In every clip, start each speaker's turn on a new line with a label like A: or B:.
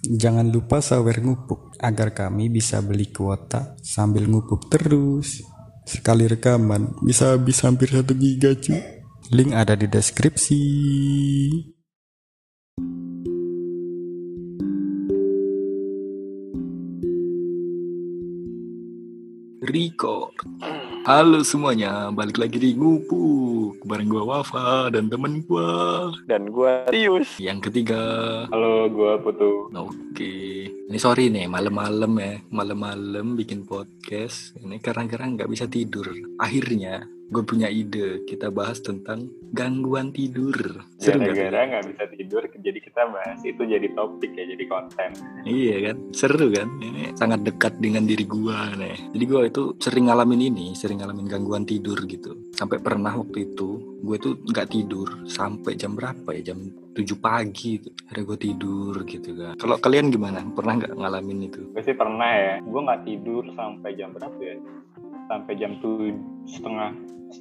A: Jangan lupa sawer ngupuk agar kami bisa beli kuota sambil ngupuk terus. Sekali rekaman bisa habis hampir 1 giga cuy. Link ada di deskripsi.
B: Record. Halo semuanya, balik lagi di Ngupuk bareng gua Wafa dan temen gua
C: dan gua Tius
B: yang ketiga.
C: Halo, gua Putu.
B: Oke, ini sorry nih malam-malam bikin podcast. Ini karena nggak bisa tidur. Akhirnya gue punya ide, kita bahas tentang gangguan tidur. Seru nggak?
C: Gara-gara nggak bisa tidur, jadi kita bahas itu jadi topik ya, jadi konten.
B: Iya kan, seru kan? Ini sangat dekat dengan diri gua nih. Jadi gua itu sering ngalamin gangguan tidur gitu. Sampai pernah waktu itu gue tuh nggak tidur sampai jam berapa ya? Jam 7 pagi gitu. Akhirnya gue tidur gitu kan. Kalau kalian gimana? Pernah nggak ngalamin itu?
C: Gue sih pernah ya. Gue nggak tidur sampai jam berapa ya? Sampai jam setengah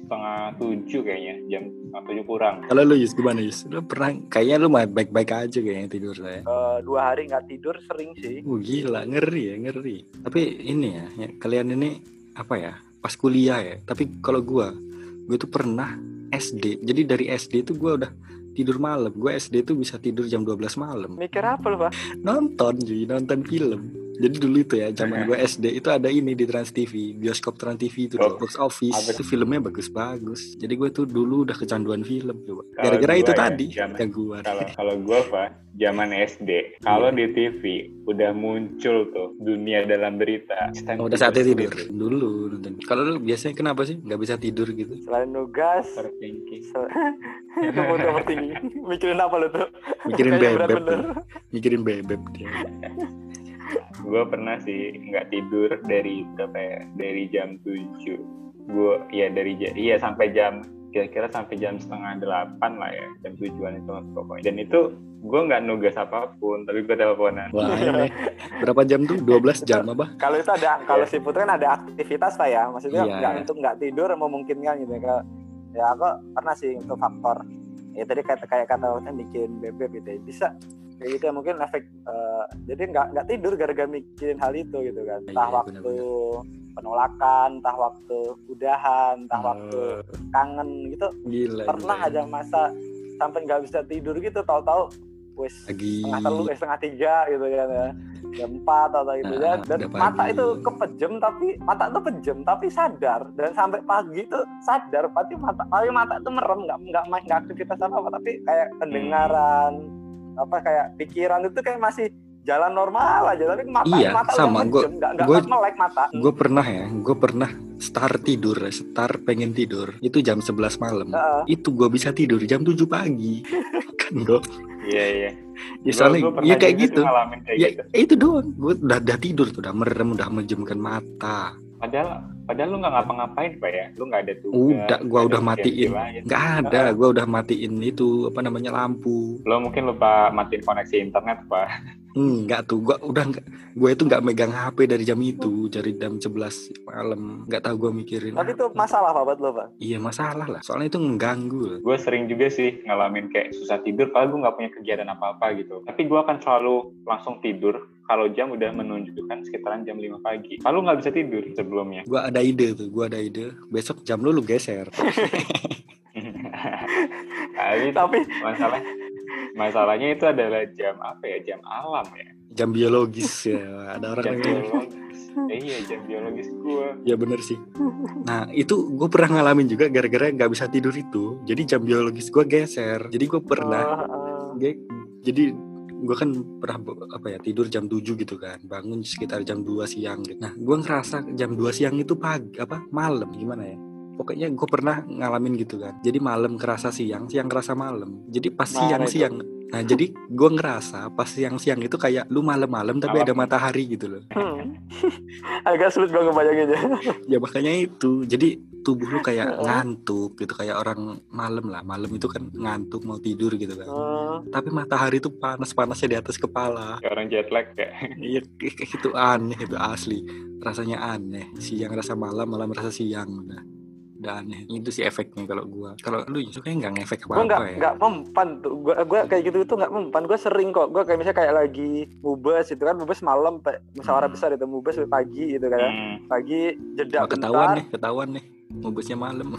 C: 7 kayaknya, jam 7 kurang.
B: Kalau lu Yus, gimana Yus? Lu pernah, kayaknya lu baik-baik aja kayaknya tidur saya.
D: 2 hari nggak tidur sering sih.
B: Gila, ngeri. Tapi ini ya, kalian ini apa ya? Pas kuliah ya. Tapi kalau gue tuh pernah SD. Jadi dari SD tuh gue udah tidur malam. Gue SD tuh bisa tidur jam 12 malam.
D: Mikir apa lu, Pak?
B: Nonton film. Jadi dulu itu ya, zaman gue SD itu ada ini di Trans TV, bioskop Trans TV itu, Box Office. Itu filmnya bagus-bagus. Jadi gue tuh dulu udah kecanduan film coba. Gara-gara itu tadi gangguan.
C: Kalau gue Pak, zaman SD, kalau di TV udah muncul tuh Dunia Dalam Berita.
B: Udah saatnya tidur dulu nonton. Kalau lu biasanya kenapa sih nggak bisa tidur gitu?
D: Selain nugas,
C: overthinking.
D: Overthinking. Mikirin apa lu tuh?
B: Mikirin bebek dia.
C: Gue pernah sih nggak tidur dari berapa ya? Dari jam 7. Gue sampai jam kira-kira sampai jam 7:30 lah ya, jam 7-an itu pokoknya. Dan itu gue nggak nugas apapun, tapi gue teleponan.
B: Wah, ini berapa jam tuh? 12 jam apa?
D: Kalau itu ada, kalau si Putri kan ada aktivitas Pak ya, maksudnya untuk nggak tidur memungkinkan gitu ya. Ya aku pernah sih untuk faktor ya tadi kayak kata bikin bebek gitu ya. Bisa kayak gitu ya, mungkin efek jadi nggak tidur gara-gara mikirin hal itu gitu kan. Entah waktu penolakan, entah waktu udahan, entah waktu kangen gitu. Pernah aja masa sampai nggak bisa tidur gitu, tahu-tahu wes setengah 3 gitu kan ya, jam 4 atau gitu ya, dan mata itu mata itu pejam tapi sadar, dan sampai pagi itu sadar, pasti mata itu merem, nggak aktivitas apa tapi kayak pendengaran kayak pikiran itu kayak masih jalan normal aja, tapi mata
B: sama gue
D: melek mata.
B: Gue pernah start pengen tidur itu jam 11 malam. Itu gue bisa tidur jam 7 pagi. Kan gue.
C: Iya.
B: Ya soalnya ya kayak gitu. Gitu. Itu doang. Gue udah tidur tuh, udah merem, udah menjemkan mata.
C: Padahal lu nggak ngapa-ngapain Pak ya, lu nggak ada
B: tugas. Gue udah matiin, nggak ada. Gue udah matiin itu lampu. Lo
C: mungkin lupa matiin koneksi internet Pak.
B: Enggak tuh, gue itu nggak megang HP dari jam itu, dari jam 11 malam. Nggak tahu gue mikirin.
D: Tapi itu masalah apa buat lo Pak?
B: Iya masalah lah, soalnya itu mengganggu.
C: Gue sering juga sih ngalamin kayak susah tidur kalau gue nggak punya kegiatan apa-apa gitu. Tapi gue akan selalu langsung tidur kalau jam udah menunjukkan sekitaran jam 5 pagi. Kalau nggak bisa tidur sebelumnya.
B: Gue ada ide. Besok jam lu geser.
C: Tapi masalahnya itu adalah jam apa ya? Jam alam ya.
B: Jam biologis ya. Ada orang
C: jam biologis. Iya, jam biologis gue.
B: Ya bener sih. Nah itu gue pernah ngalamin juga gara-gara nggak bisa tidur itu. Jadi jam biologis gue geser. Jadi gue pernah. Jadi gue kan pernah tidur jam 7 gitu kan, bangun sekitar jam 2 siang gitu. Nah gue ngerasa jam 2 siang itu malam gimana ya, pokoknya gue pernah ngalamin gitu kan. Jadi malam kerasa siang kerasa malam. Jadi pas siang. Nah jadi gue ngerasa pas siang itu kayak lu malam-malam tapi ada matahari gitu loh.
D: Agak sulit gue ngebayanginnya.
B: Ya makanya itu, jadi tubuh lu kayak ngantuk gitu, kayak orang malam itu kan ngantuk mau tidur gitu kan. Tapi matahari itu panas-panasnya di atas kepala.
C: Kayak orang jet lag ya.
B: Iya kayak gitu, aneh itu asli. Rasanya aneh. Siang rasa malam rasa siang udah. udah aneh. Itu sih efeknya kalau gua. Kalau lu kayaknya nggak ngefek
D: Gua
B: apa-apa ya.
D: nggak mempan tuh. Gua kayak gitu tuh nggak mempan. Gua sering kok. Gua kayak misalnya kayak lagi mubes itu kan, mubes malam, musyawarah besar itu, mubes pagi gitu kan. Pagi jeda bentar.
B: Ketahuan nih. Mubesnya malam.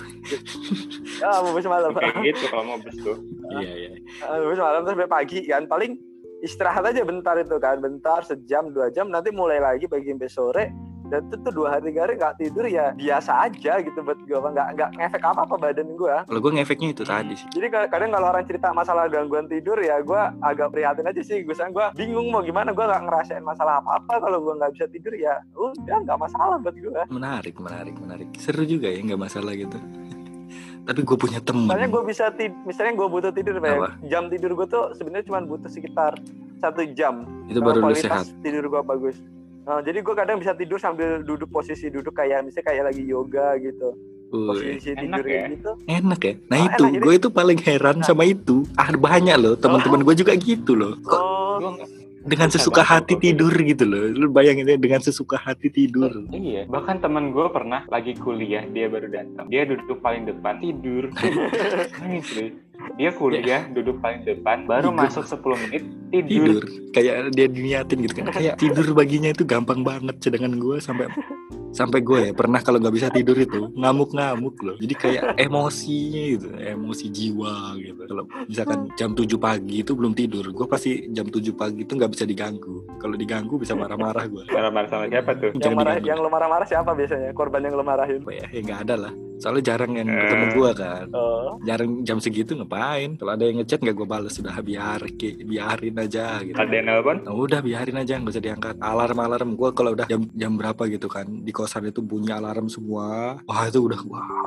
D: Mubes malam.
C: Kayak gitu kalau mubes tuh.
B: Iya.
D: Mubes malam terus sampai pagi kan. Paling istirahat aja bentar itu kan. Bentar, sejam, 2 jam. Nanti mulai lagi pagi sampai sore. Dan itu tuh 2 hari 3 hari nggak tidur ya biasa aja gitu buat gue, nggak ngefek apa badan gue.
B: Kalau gue ngefeknya itu tadi sih.
D: Jadi kadang kalau orang cerita masalah gangguan tidur ya gue agak prihatin aja sih. Gue bingung mau gimana, gue nggak ngerasain masalah apa kalau gue nggak bisa tidur ya udah nggak masalah buat gue.
B: Menarik. Seru juga ya, nggak masalah gitu. Tapi gue punya teman.
D: Misalnya gue bisa misalnya gue butuh tidur ya, jam tidur gue tuh sebenarnya cuma butuh sekitar 1 jam.
B: Itu baru lu sehat.
D: Tidur gue bagus. Nah, jadi gue kadang bisa tidur sambil posisi duduk kayak misalnya kayak lagi yoga gitu. Posisi tidur
C: ya?
D: gitu.
B: Enak ya. Nah itu gue itu paling heran sama itu. Banyak loh teman-teman gue juga gitu loh. Kok dengan sesuka hati tidur gitu loh. Lu bayangin ya, dengan sesuka hati tidur.
C: Iya. Bahkan teman gue pernah lagi kuliah, dia baru datang. Dia duduk paling depan tidur. Nangis loh. Dia kuliah duduk paling depan, baru masuk 10 menit tidur.
B: Kayak dia diniatin gitu kan. Kayak tidur baginya itu gampang banget. Sedangkan gue sampai gue ya pernah kalau nggak bisa tidur itu ngamuk loh. Jadi kayak emosinya gitu, emosi jiwa gitu. Kalau misalkan jam 7 pagi itu belum tidur, gue pasti jam 7 pagi itu nggak bisa diganggu. Kalau diganggu bisa marah-marah gue.
C: Marah-marah sama siapa tuh?
D: Yang lo marah-marah siapa biasanya? Korban yang lo marahin?
B: Ya nggak ada lah. Soalnya jarang yang ketemu gue kan. Jarang jam segitu ngapain. Kalau ada yang ngechat nggak gue balas, sudah biarin aja gitu.
C: Ada yang nelpon?
B: Nah, udah biarin aja, nggak usah diangkat. Alarm gue kalau udah jam berapa gitu kan di kosan itu bunyi alarm semua. Wah itu udah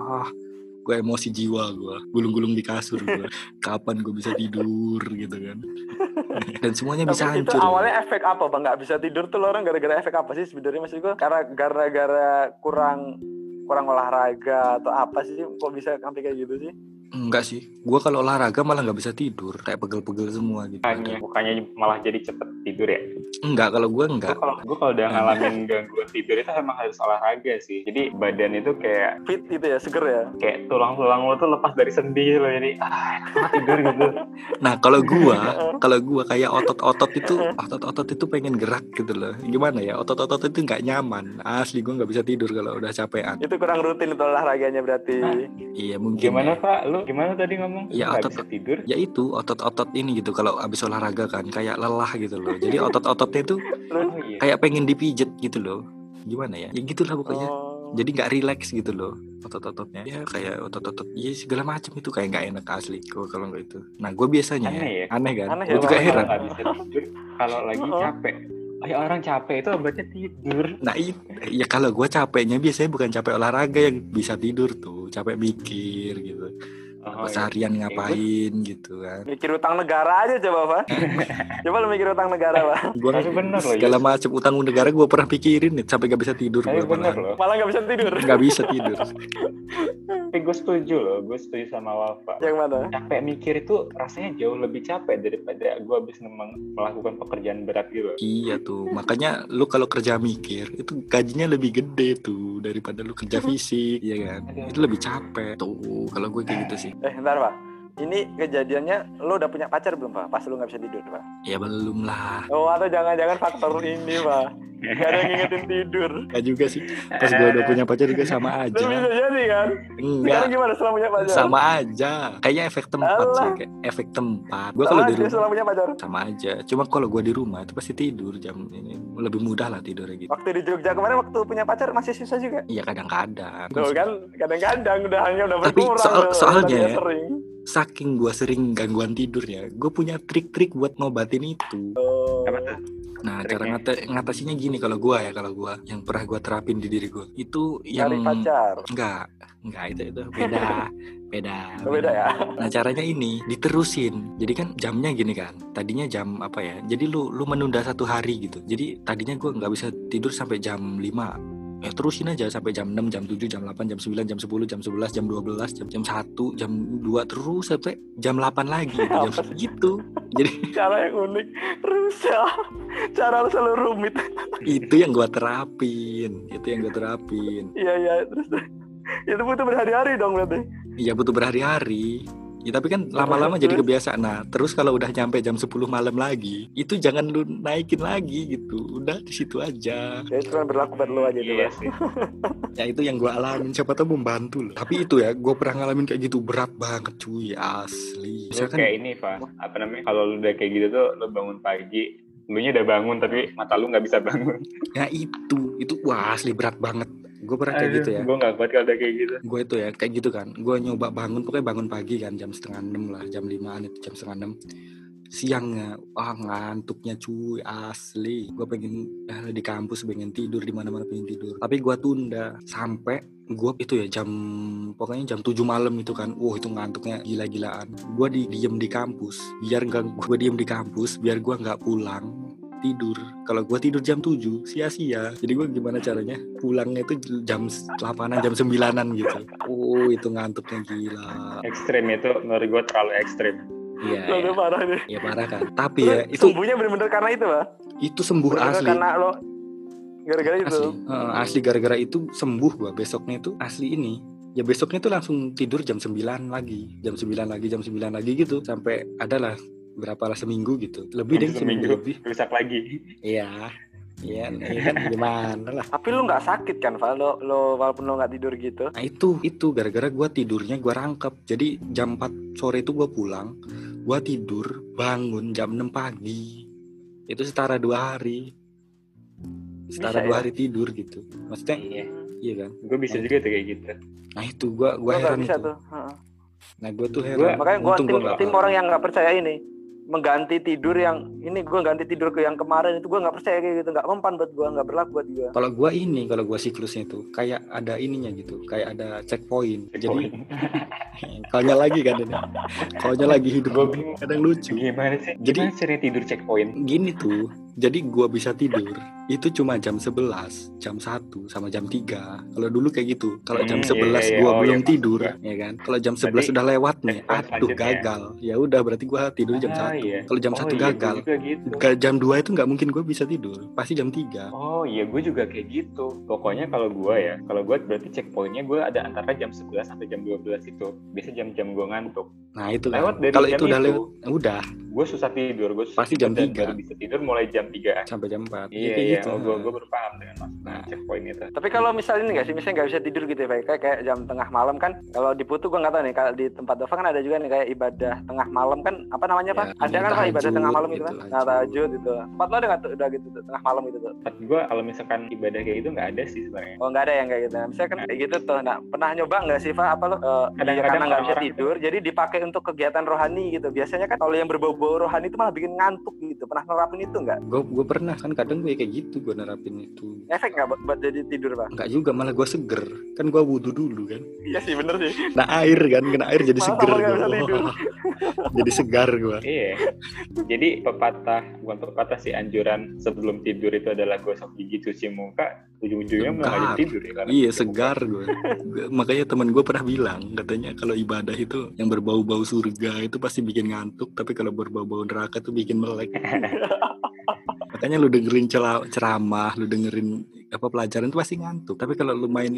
B: gue emosi jiwa, gue gulung-gulung di kasur gue. Kapan gue bisa tidur gitu kan. Dan semuanya bisa hancur.
D: Itu awalnya efek apa bang? Nggak bisa tidur tuh orang gara-gara efek apa sih sebenarnya? Maksud gue karena gara-gara kurang olahraga atau apa sih kok bisa sampai kayak gitu sih?
B: Enggak sih, gue kalau olahraga malah nggak bisa tidur, kayak pegel-pegel semua gitu.
C: Bukannya malah jadi cepet tidur ya?
B: Enggak, kalau gue enggak.
C: Gue kalau udah ngalamin gangguan tidur itu emang harus olahraga sih. Jadi badan itu kayak
D: fit gitu ya, seger ya.
C: Kayak tulang-tulang lo tuh lepas dari sendi lo, jadi tidur gitu.
B: Nah kalau gue kayak otot-otot itu pengen gerak gitu loh. Gimana ya, otot-otot itu nggak nyaman. Asli gue nggak bisa tidur kalau udah capean.
D: Itu kurang rutin itu olahraganya berarti.
B: Iya mungkin.
C: Gimana Pak? Lu gimana tadi ngomong?
B: Ya otot
C: bisa tidur.
B: Ya itu otot-otot ini gitu kalau abis olahraga kan kayak lelah gitu loh. Jadi otot-ototnya tuh kayak pengen dipijet gitu loh. Gimana ya? Ya gitulah pokoknya. Jadi nggak relax gitu loh otot-ototnya. Ya kayak otot-otot ya segala macam itu kayak nggak enak asli kalau nggak itu. Nah gue biasanya aneh kan. Gue juga heran.
C: Kalau lagi capek. Orang capek itu obatnya tidur.
B: Nah ya kalau gue capeknya biasanya bukan capek olahraga yang bisa tidur tuh, capek mikir gitu. Seharian ngapain gitu kan.
D: Mikir utang negara aja coba Pak. Coba lu mikir utang negara Pak.
B: Gue bener loh segala macam utang negara gue pernah pikirin nih sampai gak bisa tidur.
D: Malah gak bisa tidur.
B: Gak bisa tidur.
C: Tapi gue setuju sama Wafa.
D: Yang mana?
C: Capek mikir itu rasanya jauh lebih capek daripada gue habis melakukan pekerjaan berat gitu.
B: Iya tuh, makanya lu kalau kerja mikir itu gajinya lebih gede tuh daripada lu kerja fisik, iya kan? Itu lebih capek tuh kalau gue kayak gitu sih.
D: Bentar Pak, ini kejadiannya lo udah punya pacar belum Pak? Pas lo gak bisa tidur Pak?
B: Ya belum lah.
D: Atau jangan-jangan faktor ini Pak, gak ada yang ngingetin tidur.
B: Gak juga sih, pas gue udah punya pacar juga sama aja.
D: Lo bisa jadi kan?
B: Enggak.
D: Sekarang gimana setelah punya pacar?
B: Sama aja, kayaknya efek tempat sih, kayak efek tempat. Gue kalau di rumah
D: setelah punya pacar
B: sama aja, cuma kalau gue di rumah itu pasti tidur jam ini lebih mudah lah tidurnya gitu.
D: Waktu di Jogja kemarin waktu punya pacar masih susah juga?
B: Iya kadang-kadang.
D: Tuh kan, kadang-kadang udah berkurang.
B: Tapi soalnya ya, saking gue sering gangguan tidur ya, gue punya trik-trik buat ngobatin itu.
C: Apa tuh?
B: Nah, cara ngatasinya gini kalau gue yang pernah gue terapin di diri gue itu yang
D: cari pacar.
B: Enggak itu beda.
D: Beda ya.
B: Nah, caranya ini diterusin. Jadi kan jamnya gini kan. Tadinya jam apa ya? Jadi lu menunda 1 hari gitu. Jadi tadinya gue nggak bisa tidur sampai jam 5. Ya terusin aja sampai jam 6, jam 7, jam 8, jam 9, jam 10, jam 11, jam 12, jam 1, jam 2 terus sampai jam 8 lagi jam gitu. Jadi
D: cara yang unik, rusak. Cara lu selalu rumit.
B: Itu yang gue terapin.
D: Iya terus. Itu butuh berhari-hari dong berarti.
B: Iya butuh berhari-hari. Ya, tapi kan lama-lama jadi kebiasaan. Nah, terus kalau udah nyampe jam 10 malam lagi, itu jangan lu naikin lagi gitu. Udah di situ aja.
D: Ya cuma berlaku buat lu aja tuh.
B: Ya itu yang gue alamin. Siapa tahu membantu loh. Tapi itu ya, gue pernah ngalamin kayak gitu, berat banget cuy, asli.
C: Misalkan kayak ini, Pak. Apa namanya? Kalau lu udah kayak gitu tuh, lu bangun pagi, lu nya udah bangun tapi mata lu nggak bisa bangun.
B: Ya itu wah asli berat banget. Gue pernah kayak gitu ya.
C: Gue gak kuat kalau udah kayak gitu.
B: Gue itu ya kayak gitu kan. Gue nyoba bangun, pokoknya bangun pagi kan jam 5:30 lah, jam 5-an itu, jam 5:30. Siangnya, wah ngantuknya cuy asli. Gue pengen di kampus pengen tidur, di mana-mana pengen tidur. Tapi gue tunda sampai gue itu ya pokoknya jam 7 malam itu kan. Wah itu ngantuknya gila-gilaan. Gue diem di kampus, biar gue nggak pulang tidur. Kalau gue tidur jam 7 sia-sia. Jadi gue gimana caranya pulangnya itu jam 8-an, jam 9-an gitu. Oh itu ngantuknya gila.
C: Ekstrim itu menurut gue terlalu ekstrim.
B: Iya.
D: Ya. Parah nih.
B: Ya parah kan. Tapi ya itu
D: sembuhnya bener-bener karena itu Pak.
B: Itu sembuh bener-bener asli.
D: Karena lo gara-gara itu.
B: Asli gara-gara itu sembuh gue. Besoknya itu asli ini. Ya besoknya tuh langsung tidur jam 9 lagi. Jam 9 lagi gitu. Sampai adalah berapa lah seminggu gitu, lebih deh seminggu lebih
C: rusak lagi.
B: Iya kan gimana lah.
D: Tapi lu nggak sakit kan Val? Lo walaupun lo nggak tidur gitu.
B: Nah itu gara-gara gue tidurnya gue rangkap. Jadi jam 4 sore itu gue pulang, gue tidur bangun jam 6 pagi. Itu setara 2 hari. Setara 2 hari tidur gitu. Maksudnya iya kan?
C: Gue bisa juga tuh kayak gitu.
B: Nah itu gue heran
D: bisa
B: itu.
D: Tuh.
B: Nah gue tuh heran.
D: Makanya gue tim orang yang nggak percaya ini. Mengganti tidur yang ini, gue ganti tidur ke yang kemarin itu gue nggak percaya kayak gitu, nggak mempan buat gue, nggak berlaku buat gue.
B: Kalau gue siklusnya itu kayak ada ininya gitu, kayak ada checkpoint. Jadi konyol lagi kan ini, konyol lagi hidup gue kadang lucu.
C: Gimana sih? Jadi sering tidur checkpoint?
B: Gini tuh, jadi gue bisa tidur itu cuma jam 11, jam 1 sama jam 3. Kalau dulu kayak gitu. Kalau jam 11 gue belum tidur, ya kan. Kalau jam 11 udah lewat nih, aduh gagal. Ya udah berarti gue tidur jam 1. Kalau jam 1 gagal.
C: Gitu.
B: Kalau jam 2 itu nggak mungkin gue bisa tidur. Pasti jam 3.
C: Oh iya, gue juga kayak gitu. Pokoknya kalau gue berarti checkpointnya gue ada antara jam 11 sampai jam 12 itu. Biasa jam-jam gue ngantuk.
B: Nah itu
C: lewat
B: kan. Kalau itu udah lewat, udah.
C: Gue susah tidur. Gue
B: pasti jam 3.
C: Baru bisa tidur mulai jam 3
B: sampai jam 4.
C: Iya. Gitu. Gue berpaham dengan maksudnya checkpoint itu.
D: Tapi kalau misalnya ini nggak sih, misalnya nggak bisa tidur gitu ya, kayak jam tengah malam kan. Kalau di Putu gue nggak tahu nih. Kalau di tempat Dova kan ada juga nih kayak ibadah tengah malam kan. Apa namanya Pak? Ada kan Pak ibadah tengah malam gitu kan? Nah tahajud gitu. Tempat lo ada nggak tuh udah gitu tuh tengah malam gitu tuh?
C: Tempat gue kalau misalkan ibadah kayak gitu nggak ada sih sebenarnya.
D: Oh nggak ada yang kayak gitu. Misalnya kan kayak gitu tuh. Nah pernah nyoba nggak sih Pak? Apa lo? Kadang-kadang karena nggak bisa tidur, jadi dipakai untuk kegiatan rohani gitu. Biasanya kan kalau yang berbau-bau rohani itu malah bikin ngantuk gitu. Pernah nerapin itu nggak?
B: Gue pernah kan, kadang gue kayak gitu gue nerapin itu.
D: Efek nggak buat jadi tidur Pak?
B: Nggak juga, malah gue seger. Kan gue wudhu dulu kan.
D: Iya sih bener sih.
B: Nah air kan, kena air jadi seger gue. Jadi segar gue.
C: Iya. Jadi bukan pepatah sih, anjuran sebelum tidur itu adalah gosok gigi, cuci muka. Ujung-ujungnya malah tidur ya.
B: Iya segar gue. Makanya teman gue pernah bilang, katanya kalau ibadah itu yang berbau-bau surga itu pasti bikin ngantuk, tapi kalau berbau-bau neraka tuh bikin melek. Makanya lu dengerin ceramah, lu dengerin pelajaran tuh pasti ngantuk. Tapi kalau lu main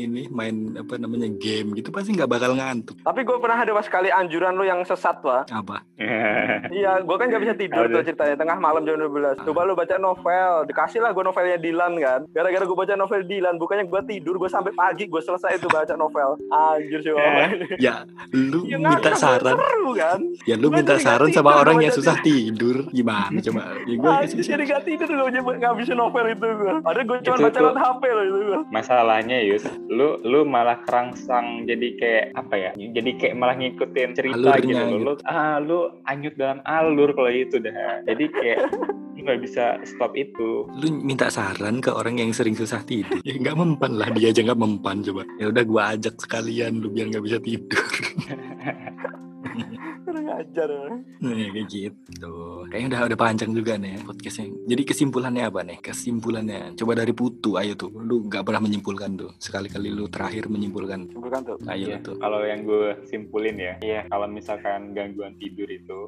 B: game gitu pasti nggak bakal ngantuk.
D: Tapi gue pernah ada sekali anjuran lu yang sesat Pak.
B: Apa?
D: Iya, gue kan nggak bisa tidur tuh ceritanya tengah malam jam 12. Coba lu baca novel, dikasih lah gue novelnya Dylan kan. Gara-gara gue baca novel Dylan, bukannya gue tidur, gue sampai pagi gue selesai itu baca novel. Anjir sih
B: Ya, lu minta saran.
D: Seru kan?
B: Ya lu minta saran sama orang yang susah tidur. Gimana coba? Ya gue
D: jadi nggak tidur gue ngabisin novel itu gue. Ada gue cuma baca lewat HP loh itu gue.
C: Masalahnya Yus, lu malah kerangsang jadi kayak apa ya? Jadi kayak malah ngikutin cerita
B: alurnya
C: gitu. Lu anyut dalam alur kalau itu dah. Jadi kayak lu nggak bisa stop itu.
B: Lu minta saran ke orang yang sering susah tidur. Ya nggak mempan lah, dia aja nggak mempan coba. Ya udah gue ajak sekalian lu biar nggak bisa tidur.
D: Ngajar.
B: Nah, kayak gitu. Kayaknya udah panjang juga nih podcastnya. Jadi kesimpulannya apa nih? Kesimpulannya coba dari Putu, ayo tuh. Lu nggak pernah menyimpulkan tuh. Sekali-kali lu terakhir menyimpulkan.
D: Simpulkan tuh.
B: Ayo
C: ya,
B: tuh.
C: Kalau yang gue simpulin ya, kalau misalkan gangguan tidur itu.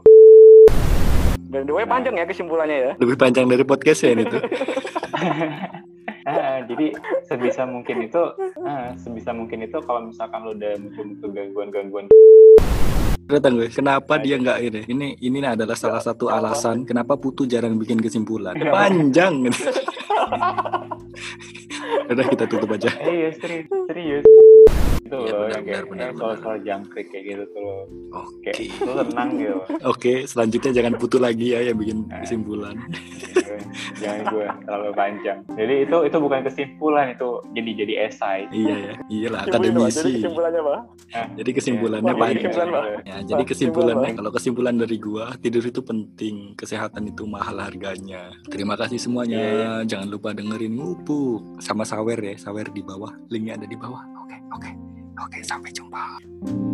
D: Dan panjang ya kesimpulannya ya.
B: Lebih panjang dari podcastnya ini tuh.
C: Jadi sebisa mungkin itu kalau misalkan lo udah muncul gangguan
B: Datang gue, kenapa dia nggak ini adalah salah satu alasan kenapa Putu jarang bikin kesimpulan. Panjang. Udah kita tutup aja.
C: Iya serius. Itu
B: ya,
C: loh
B: benar,
C: yang soal jangkrik kayak gitu tuh loh.
B: Oke.
C: Itu tenang gitu.
B: Oke, selanjutnya jangan Putu lagi ya yang bikin kesimpulan.
C: Jangan gue terlalu panjang. Jadi itu bukan kesimpulan, itu jadi esai.
B: Iya ya, iyalah akademisi.
D: Jadi kesimpulannya apa?
B: Jadi kesimpulannya panjang. Ya, jadi kesimpulannya kalau kesimpulan dari gua, tidur itu penting, kesehatan itu mahal harganya. Terima kasih semuanya. Jangan lupa dengerin Ngupuk sama Sawer ya, Sawer di bawah, linknya ada di bawah. Oke, sampai jumpa.